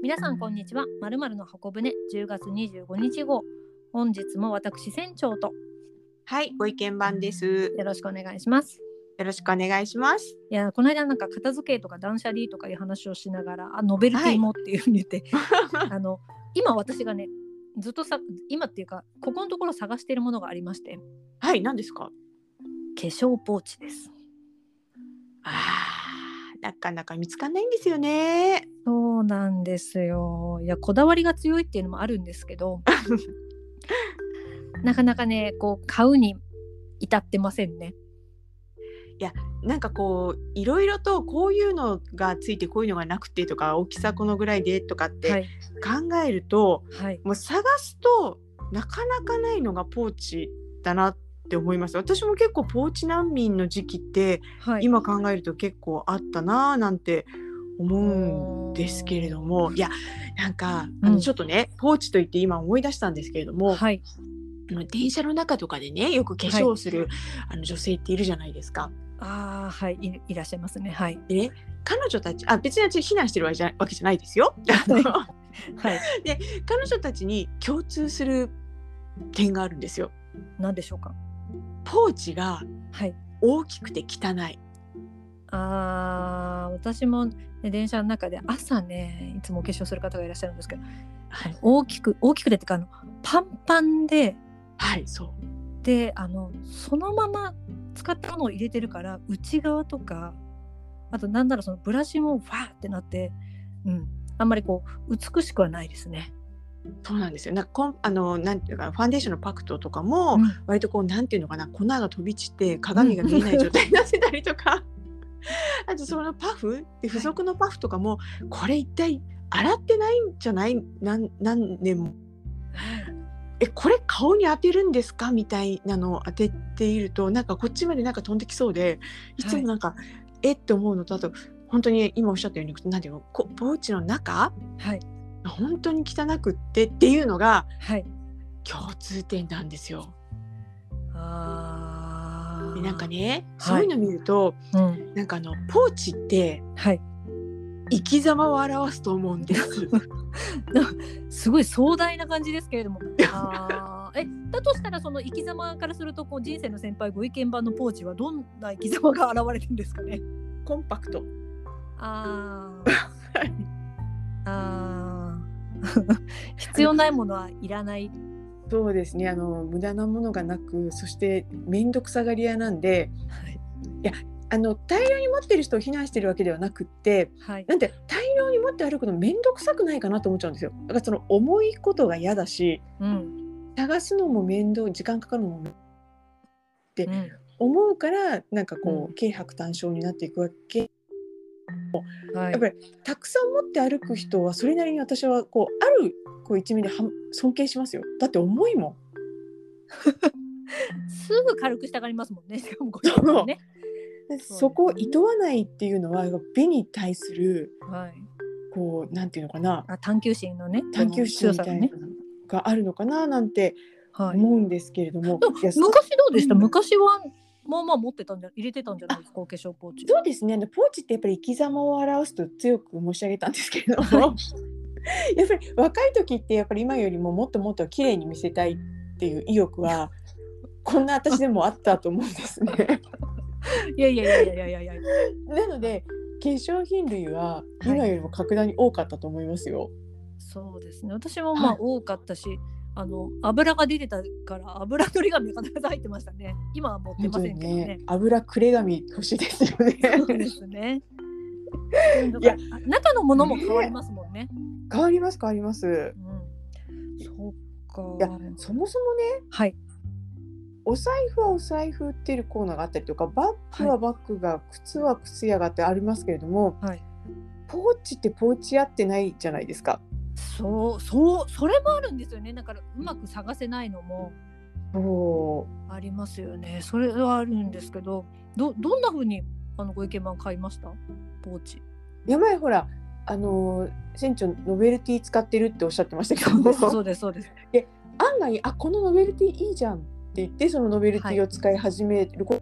皆さんこんにちは。〇〇の箱舟10月25日号。本日も私船長とはい、ご意見番です。 よろしくお願いします。 よろしくお願いします。 いや、この間なんか片付けとか断捨離とかいう話をしながら、ノベルティもっていうふうに言って、今私がねずっと今っていうかここのところ探しているものがありまして、 はい、何ですか？ 化粧ポーチです。 なかなか見つかんないんですよね。 そうなんですよ。いや、こだわりが強いっていうのもあるんですけどなかなかねこう買うに至ってませんね。 いや、なんかこういろいろとこういうのがついてこういうのがなくてとか、大きさこのぐらいでとかって考えると、もう探すとなかなかないのがポーチだなって思います。私も結構ポーチ難民の時期って、今考えると結構あったななんて思うんですけれども、いやなんかちょっとね、ポーチといって今思い出したんですけれども、電車の中とかでねよく化粧をする、女性っているじゃないですか。 いらっしゃいますね。 でね、彼女たち別に私非難してるわけじゃないですよ。で彼女たちに共通する点があるんですよ。 何でしょうか？ ポーチが大きくて汚い。 私も、ね、電車の中で朝ねいつもお化粧する方がいらっしゃるんですけど、大きくてってかパンパンで、 そうでそのまま使ったものを入れてるから内側とか、あとなんならそのブラシもファーってなって、あんまりこう美しくはないですね。 そうなんですよ。なんていうかファンデーションのパクトとかも、割とこうなんていうのかな、粉が飛び散って鏡が見えない状態になってたりとかあとそのパフで付属のパフとかも、これ一体洗ってないんじゃない？何年もこれ顔に当てるんですかみたいなのを当てていると、なんかこっちまでなんか飛んできそうで、いつもなんか、って思うのと、あと本当に今おっしゃったように、なんていうの、ポーチの中、本当に汚くってっていうのが、共通点なんですよ。でなんかね、そういうの見ると、なんかポーチって、生き様を表すと思うんですすごい壮大な感じですけれどもだとしたらその生き様からするとこう人生の先輩ご意見番のポーチはどんな生き様が現れるんですかね？ コンパクト必要ないものはいらない。 そうですね、無駄なものがなく、そして面倒くさがり屋なんで、いや大量に持ってる人を非難してるわけではなくって、なんて大量に持って歩くの面倒くさくないかなと思っちゃうんですよ。だからその重いことが嫌だし、探すのも面倒、時間かかるのもって思うから、なんかこう軽薄短小になっていくわけ。やっぱりたくさん持って歩く人はそれなりに私はこうある一面で尊敬しますよ。だって重いもんすぐ軽くしたがりますもんね。しかもこうね、 そこを厭わないっていうのは美に対する、こうなんていうのかな、 探求心のね、 探求心みたいなのがあるのかななんて思うんですけれども、 昔どうでした？昔はまあ持ってたんじゃ、入れてたんじゃないですか、お化粧ポーチ。 そうですね、ポーチってやっぱり生き様を表すと強く申し上げたんですけれどもやっぱり若い時ってやっぱり今よりももっともっと綺麗に見せたいっていう意欲はこんな私でもあったと思うんですねいやなので化粧品類は今よりも格段に多かったと思いますよ。 そうですね、私も多かったし、油が出てたから油取り紙が必ず入ってましたね。今は持ってませんけどね。 油くれ紙欲しいですよね。 そうですね。いや、中のものも変わりますもんね。 変わります。そっか。いや、そもそもね、お財布はお財布売ってるコーナーがあったりとか、バッグはバッグが、靴は靴屋がってありますけれども、ポーチってポーチ屋ってないじゃないですか。 それもあるんですよね。だからうまく探せないのもありますよね。それはあるんですけど、どんな風にご意見番買いました？ポーチ。 前ほら船長ノベルティ使ってるっておっしゃってましたけど、 そうです。 で案外このノベルティいいじゃんって言って、そのノベルティを使い始めること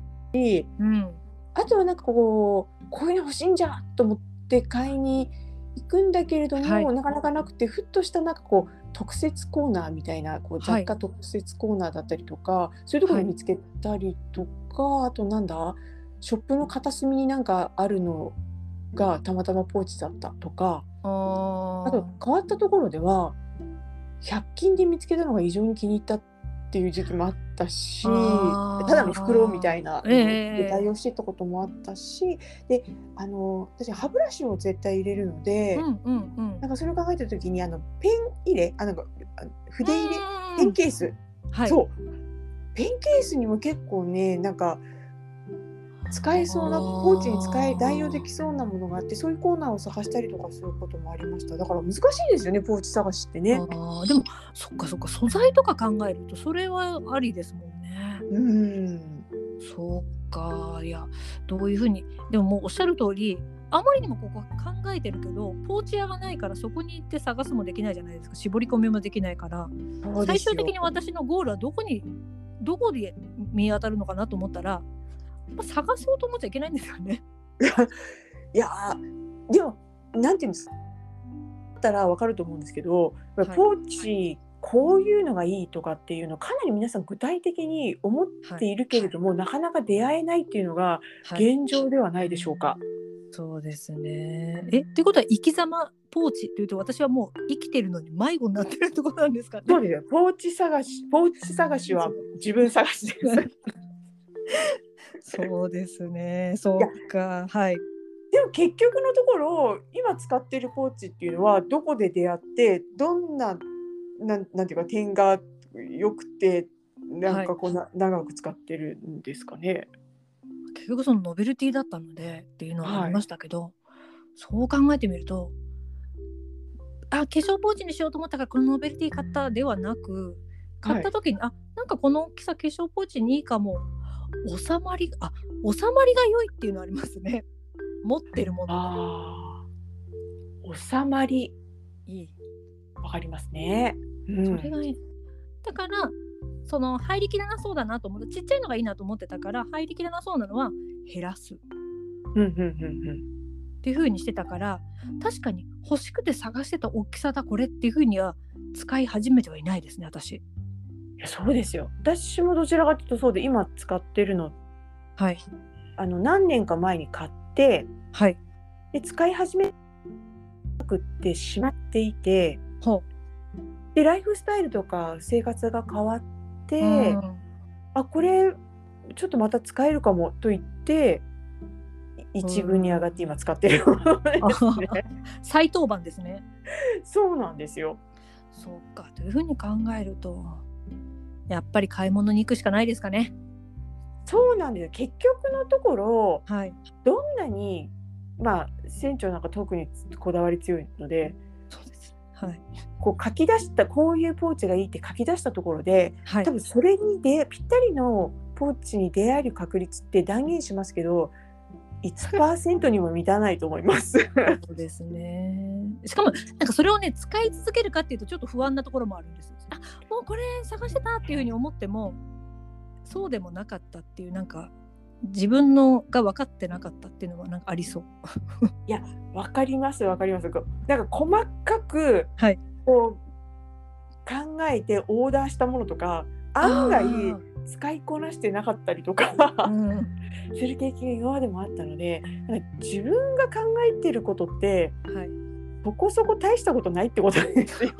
に、あとはなんかこういうの欲しいんじゃんと思って買いに行くんだけれども、 はいなかなかなくて、ふっとしたなんかこう特設コーナーみたいな、こうはい雑貨特設コーナーだったりとか、そういうところはいで見つけたりとか、あとなんだ、ショップの片隅になんかあるのがたまたまポーチだったとか、あとあ変わったところでは100均で見つけたのが異常に気に入ったっていう時期もあったし、ただの袋みたいなので代用してたこともあったし、で私歯ブラシを絶対入れるので、なんかそれを考えた時にペン入れなんか筆入れペンケース、 はいそうペンケースにも結構ねなんか使えそうなポーチに代用できそうなものがあって、そういうコーナーを探したりとかすることもありました。だから難しいですよね、ポーチ探しってね。 でもそっか素材とか考えるとそれはありですもんね。そうか。いやどういうふうにでももうおっしゃる通り、あまりにもここ考えてるけどポーチ屋がないからそこに行って探すもできないじゃないですか。絞り込みもできないから、最終的に私のゴールはどこで見当たるのかなと思ったら、探そうと思っちゃいけないんですよね。 いやでもなんていうんですか、だったら分かると思うんですけど、ポーチこういうのがいいとかっていうのかなり皆さん具体的に思っているけれども、なかなか出会えないっていうのが現状ではないでしょうか。 そうですね。ってことは生き様ポーチというと、私はもう生きてるのに迷子になってるところなんですかね。 そうですよ。ポーチ探しは自分探しです。 そうですね。そうか。はい。 でも結局のところ今使っているポーチっていうのはどこで出会ってどんななんていうか点が良くてなんかこう長く使ってるんですかね。 結局そのノベルティだったのでっていうのはありましたけど、そう考えてみると化粧ポーチにしようと思ったからこのノベルティ買ったではなく、買った時に、なんかこの大きさ化粧ポーチにいいかも、収まりが良いっていうのありますね。持ってるもの収まりいい、 わかりますね。 それがいい。だからその入りきらなそうだなと思って、ちっちゃいのがいいなと思ってたから、入りきらなそうなのは減らすっていう風にしてたから、確かに欲しくて探してた大きさだこれっていう風には使い始めてはいないですね、私。 いやそうですよ。私もどちらかというとそうで、今使ってるの、何年か前に買って、で使い始めなくってしまっていて、でライフスタイルとか生活が変わって、これちょっとまた使えるかもと言って一軍に上がって今使ってるものですね。 再登板ですね。 そうなんですよ。 そうか、というふうに考えるとやっぱり買い物に行くしかないですかね。 そうなんですよ。結局のところ、どんなに船長なんか特にこだわり強いので、こう書き出したこういうポーチがいいって書き出したところで、多分それにぴったりのポーチに出会える確率って断言しますけど 1% にも満たないと思います。 そうですね。しかもなんかそれをね使い続けるかっていうとちょっと不安なところもあるんです。もうこれ探してたっていうふうに思ってもそうでもなかったっていう、なんか自分のが分かってなかったっていうのはなんかありそう。 いや分かりますなんか細かくこう考えてオーダーしたものとか案外使いこなしてなかったりとかする経験が今までもあったので、自分が考えてることって、そこそこ大したことないってことですよ。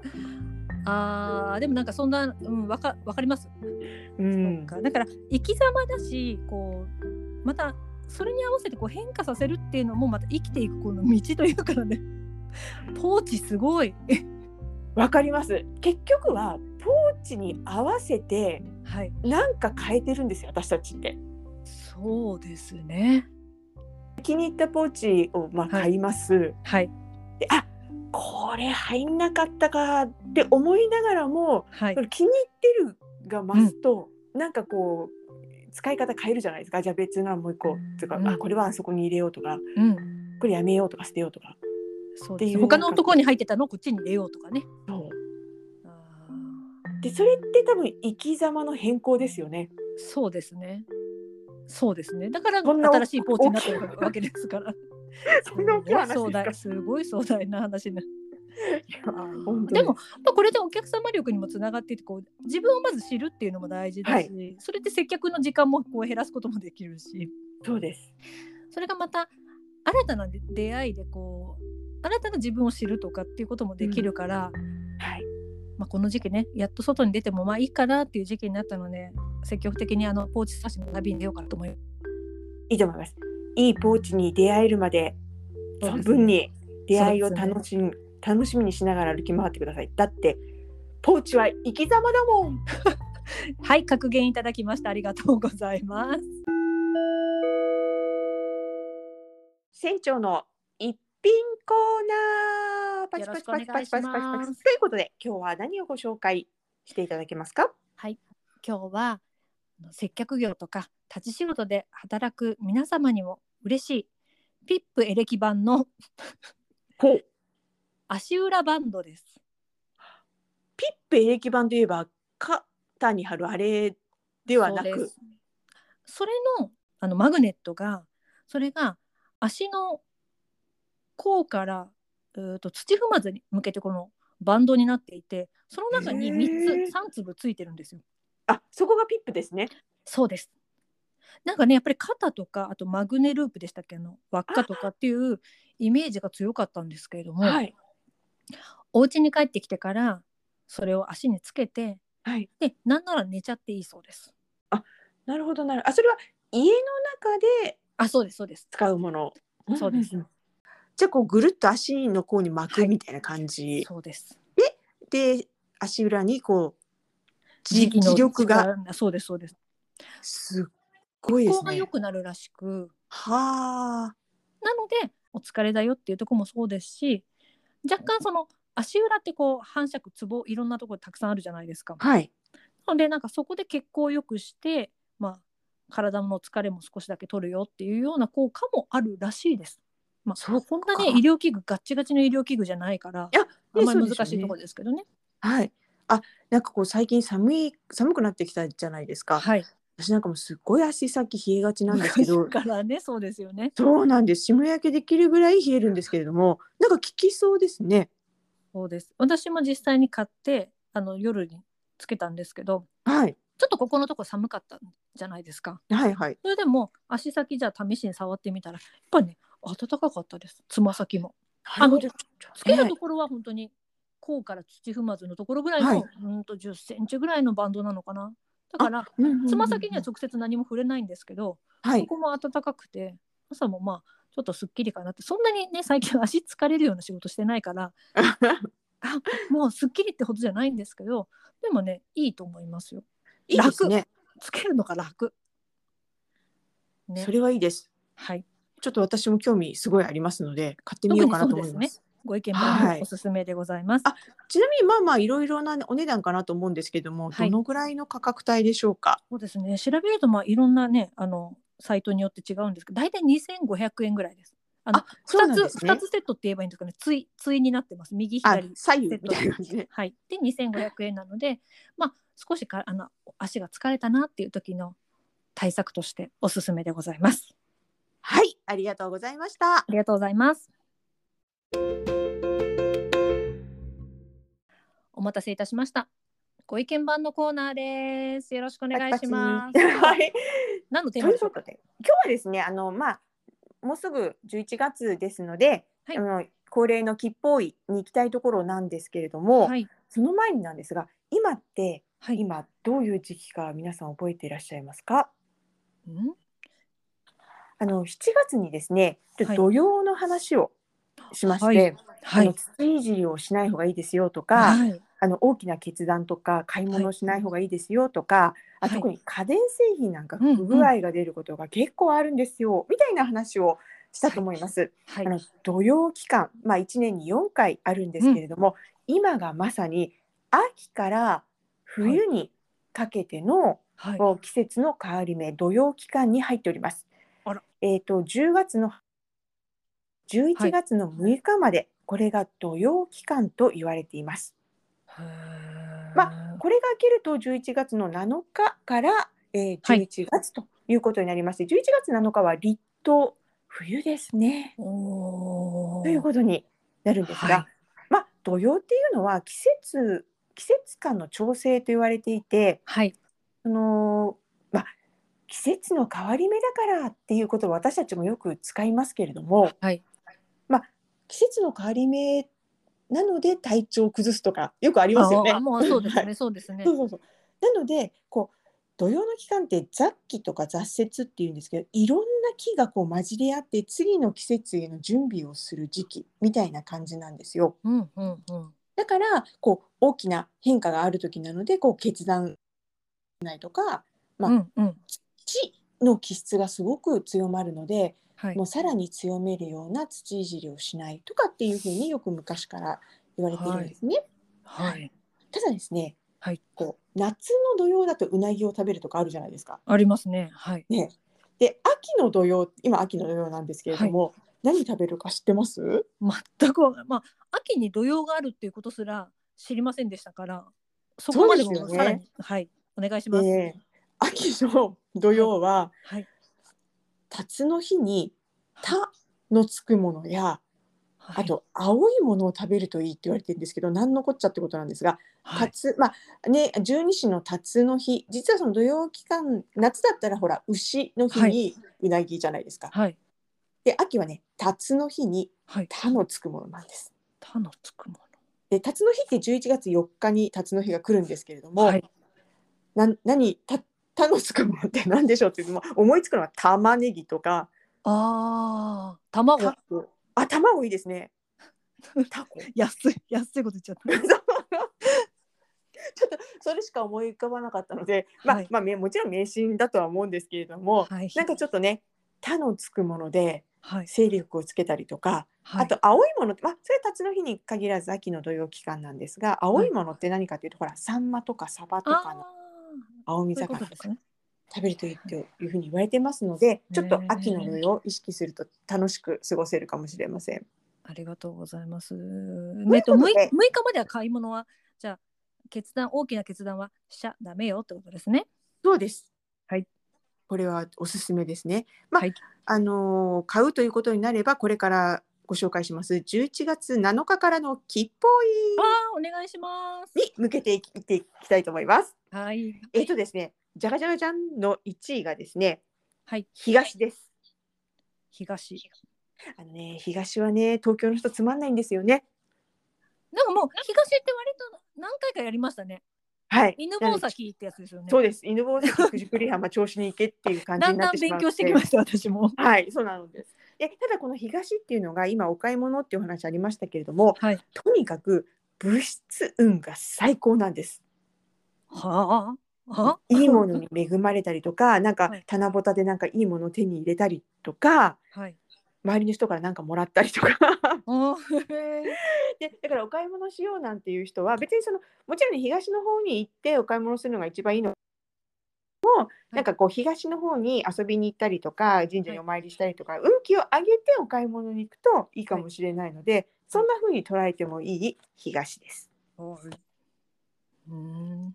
でもなんかそんな、わかります。そうか、だから生き様だし、こうまたそれに合わせてこう変化させるっていうのもまた生きていくこの道というからね。ポーチすごい。 わかります。結局はポーチに合わせてなんか変えてるんですよ、私たちって。 そうですね。 気に入ったポーチを買います。でこれ入んなかったかって思いながらも、気に入ってるが増すと、なんかこう使い方変えるじゃないですか。じゃあ別のもう一個とか、これはあそこに入れようとか、これやめようとか捨てようとか。 っていう他のところに入ってたのをこっちに入れようとかね。 でそれって多分生き様の変更ですよね。 そうですね。だから新しいポーチになってるわけですから。 そんな大きい話ですか。 すごい壮大な話な。 本当でも、これでお客様力にもつながっていて、自分をまず知るっていうのも大事だし、それで接客の時間も減らすこともできるし、 そうです。 それがまた新たな出会いで新たな自分を知るとかっていうこともできるから、この時期ね、やっと外に出てもいいかなっていう時期になったので、積極的にポーチ刺しの旅に出ようかなと思います。 いいと思います。いいポーチに出会えるまで存分に出会いを楽しみにしながら歩き回ってください。だってポーチは生き様だもん。 はい、格言いただきました。ありがとうございます。 船長の一品コーナー、パチパチパチパチパチパチパチということで、今日は何をご紹介していただけますか？ はい、今日は接客業とか立ち仕事で働く皆様にも嬉しいピップエレキ版の足裏バンドです。 ピップエレキ版といえば肩に貼るあれではなく、 それのマグネットが、それが足の甲から土踏まずに向けてこのバンドになっていて、その中に3粒ついてるんですよ。 そこがピップですね。 そうです。なんかね、やっぱり肩とか、あとマグネループでしたっけ、輪っかとかっていうイメージが強かったんですけれども、お家に帰ってきてからそれを足につけて、でなんなら寝ちゃっていいそうです。 なるほどなるほど。それは家の中でそうですそうです使うもの。 そうです。 じゃあぐるっと足の甲に巻くみたいな感じ。 そうです。 で足裏に磁力が、 そうですそうです。 すっごいですね。 血行が良くなるらしく、 なのでお疲れだよっていうところもそうですし、若干その足裏って反射区ツボいろんなところたくさんあるじゃないですか。なのでそこで血行を良くして、体の疲れも少しだけ取るよっていうような効果もあるらしいです。そんなね、医療器具ガッチガチの医療器具じゃないから、あんまり難しいところですけどね。 なんか最近寒くなってきたじゃないですか。私なんかもすっごい足先冷えがちなんですけど。 からね、そうですよね。 そうなんです。霜焼けできるぐらい冷えるんですけれども、なんか効きそうですね。 そうです。私も実際に買って夜につけたんですけど、ちょっとここのとこ寒かったじゃないですか。それでも足先じゃあ試しに触ってみたら、やっぱりね、暖かかったです。つま先も。つけるところは本当に甲から土踏まずのところぐらいの、10センチぐらいのバンドなのかな。だからつま先には直接何も触れないんですけど、そこも暖かくて、朝もちょっとすっきりかなって。そんなにね、最近足疲れるような仕事してないからもうすっきりってほどじゃないんですけど、でもね、いいと思いますよ。 いいですね。 つけるのが楽、 それはいいです。ちょっと私も興味すごいありますので買ってみようかなと思います。 ご意見番おすすめでございます。 ちなみにいろいろなお値段かなと思うんですけども、どのぐらいの価格帯でしょうか？ そうですね、調べるといろんなねサイトによって違うんですけど、だいたい2500円ぐらいです。2つセットって言えばいいんですかね。対になってます。右左左右みたいな感じで。 で2500円なので、少し足が疲れたなっていう時の対策としておすすめでございます。 ありがとうございました。 ありがとうございます。お待たせいたしました。ご意見番のコーナーです。よろしくお願いします。何のテーマでしょうか？ 今日はですね、もうすぐ11月ですので、恒例の吉報医に行きたいところなんですけれども、その前になんですが、今どういう時期か皆さん覚えていらっしゃいますか？7月にですね、土曜の話をしまして、ついじりをしない方がいいですよとか、大きな決断とか買い物をしない方がいいですよとか、特に家電製品なんか不具合が出ることが結構あるんですよ、みたいな話をしたと思います。土曜期間、1年に4回あるんですけれども、今がまさに秋から冬にかけての季節の変わり目、土曜期間に入っております。11月の6日まで、これが土曜期間と言われています。これが明けると11月の7日から、11月ということになりまして、11月7日は立冬、 冬ですね。というおー。 ことになるんですはい。 が、土曜っていうのは季節感の調整と言われていて、 はい。 その、季節の変わり目だからっていうことを私たちもよく使いますけれども、 はい。 まあ、季節の変わり目なので体調を崩すとかよくありますよああ、 ね。 もうそうではい。 すね、そうですね。 そうそうそう。なので、土曜の期間って雑気とか雑雪っていうんですけど、いろんな気が混じり合って、次の季節への準備をする時期みたいな感じなんですよ。 うんうんうん。 だから、大きな変化がある時なので、決断ないとか、まあ、 うんうん。 土の気質がすごく強まるので、 はい。 もうさらに強めるような土いじりをしないとかっていうふうによく昔から言われているはい。 んですね。はい。 はい。 ただですね、 はい。 夏の土用だとうなぎを食べるとかあるじゃないですか。 ありますね。はい。 ね。で、秋の土用、今秋の土用なんですけれはい。 ども、何食べるか知ってます？ 全く秋に土用があるっていうことすら知りませんでしたから、そこそうでまですよね。 もさらに、はい、お願いします。 で、秋の土はい。 用は、 はい。 辰の日にはい。 「田」のつくものや、 はい。 あと青いものを食べるといいって言われてるんですけど、なんのこっちゃってことなんですが、 はい。 十二支の辰の日、実はその土用期間、夏だったらほら、牛の日はい。 にうなぎじゃないですか。 はい。 で、秋はね、辰の日にはい。 田のつくものなんです。 他のつくもの。 で、辰の日って11月4日に辰の日が来るんですけれども、 はい。 田のつくものって何でしょうっていうのも、思いつくのは玉ねぎとか、 ああ、卵。 タコ、あ、卵いいですね。タコ。 安いこと言っちゃった。 ちょっとそれしか思い浮かばなかったので、 はい。 もちろん迷信だとは思うんですけれども、 はい。 なんかちょっとね、他のつくものではい。 勢力をつけたりとか、 はい。 あと青いものって、それは辰の日に限らず秋の土曜期間なんですが、青はい。 いものって何かっていうと、ほら、サンマとかサバあとかのあ、 青身そういうこ魚とかとですね。 食べるといいっていうふうに言われてますので、ちょっと秋の土ねえ。 曜を意識すると楽しく過ごせるかもしれません。 ありがとうございます。 ということで、 6日までは買い物は、じゃあ、大きな決断はしちゃダメよってことですね。 そうです。 はい。 これはおすすめですね。 はい。 買うということになれば、これからご紹介します11月7日からの吉報あ院あ、お願いします。 に向けていきたいと思います。 はい。 ですね、じゃがじゃがじゃんの1位がですね、 はい。 東です。 東。 東はね、東京の人つまんないんですよね。 なんかもう、東って割と何回かやりましたね。 はい。 犬なので、 吠埼ってやつですよね。 そうです。犬吠埼、九十九里浜、銚子に行けっていう感じだんだんになってし勉強してきまって、 ました、私も。 はい、そうなのです。で、ただこの東っていうのが今お買い物っていうお話ありましたけれども、 はい。 とにかく物質運が最高なんです。 はあ。 いいものに恵まれたりとか、なんかはい。 七夕でなんかいいものを手に入れたりとか、 はい。 周りの人からなんかもらったりとか。 あーへー。 で、だからお買い物しようなんていう人は、別にもちろんね、東の方に行ってお買い物するのが一番いいの。 はい。 なんか東の方に遊びに行ったりとか、神社はい。 にお参りしたりとか、運気を上げてお買い物に行くといいかはい。 もしれないので、 はい。 そんな風に捉えてもいい東です。 はい。うん。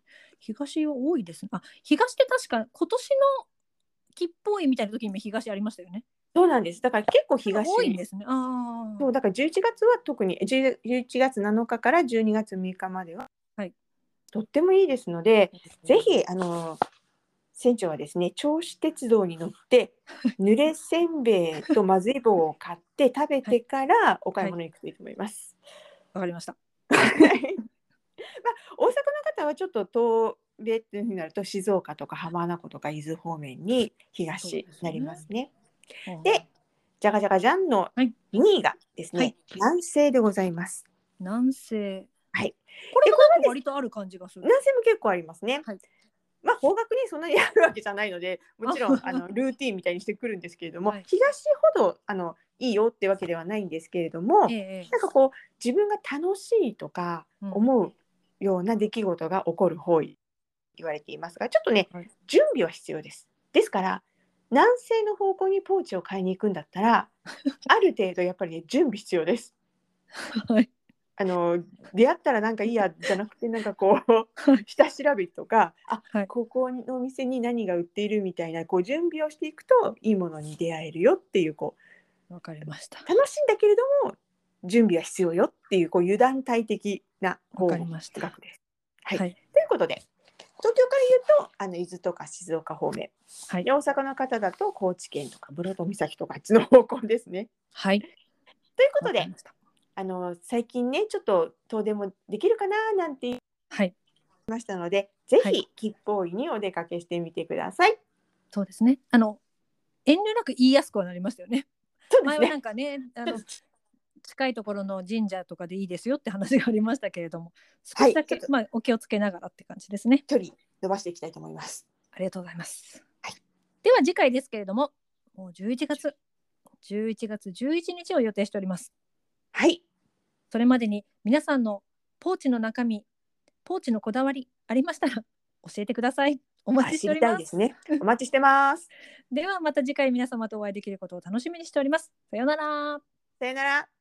東は多いですね。あ、東って確か今年の木っぽいみたいな時にも東ありましたよね。 そうなんです。だから結構なんか多いん東、 ですね。ああ。 そう、だから11月は特に、11月7日から12月6日までははい。 とってもいいですので、ぜひ、船長はですね、銚子鉄道に乗って、濡れせんべいとまずい棒を買って食べはい。 てからお買いはい。 物に行くといいと思います。 わかりました。 大阪の方はちょっと遠出っていうふうになると、静岡とか浜名湖とか伊豆方面にそう東なりですね。 ますね。 あーで、じゃがじゃがじゃんのはい。 2位がですはい。 ね、南西でございます。 南西。 はい。 これで、 もなんかこれはです、 割とある感じがする。 南西も結構ありますね。 はい。 方角にそんなにあるわけじゃないので、もあちろんルーティンみたいにしてくるんですけれども、 はい。 東ほどいいよってわけではないんですけれども、 ええ。 なんか自分が楽しいとかうん。 思うような出来事が起こる方位言われていますが、ちょっとね、 はい。 準備は必要です。ですから、南西の方向にポーチを買いに行くんだったら、ある程度やっぱりね、準備必要です。 はい。 あの出会ったらなんかいいやじゃなくて、なんかはい。 下調べとか、 はい。 ここのお店に何が売っているみたいな準備をしていくといいものに出会えるよっていうわかりました。 楽しいんだけれども準備は必要よっていう、こう油断大敵なわかりました。 学です。はい。 はい。 ということで東京から言うと伊豆とか静岡方面、 はい。 で大阪の方だと高知県とか室戸岬とかあっちの方向ですね。 はい。 ということでわかりました。 最近ねちょっと遠出もできるかななんて言いはい。 ましたので、ぜはい。 ひ吉報院にお出かけしてみてください。 そうですね。遠慮なく言いやすくはなりましたよね。 そうですね。 前はなんかね、近いところの神社とかでいいですよって話がありましたけれども、少しだけ、 はい、 お気をつけながらって感じですね。 距離伸ばしていきたいと思います。 ありがとうございます。 はい、 では次回ですけれども、もう11月11日を予定しております。 はい。 それまでに皆さんのポーチの中身、ポーチのこだわりありましたら教えてください。お待ちしております。 知りたいですね。お待ちしてます。 ではまた次回皆様とお会いできることを楽しみにしております。さようなら。 さよなら。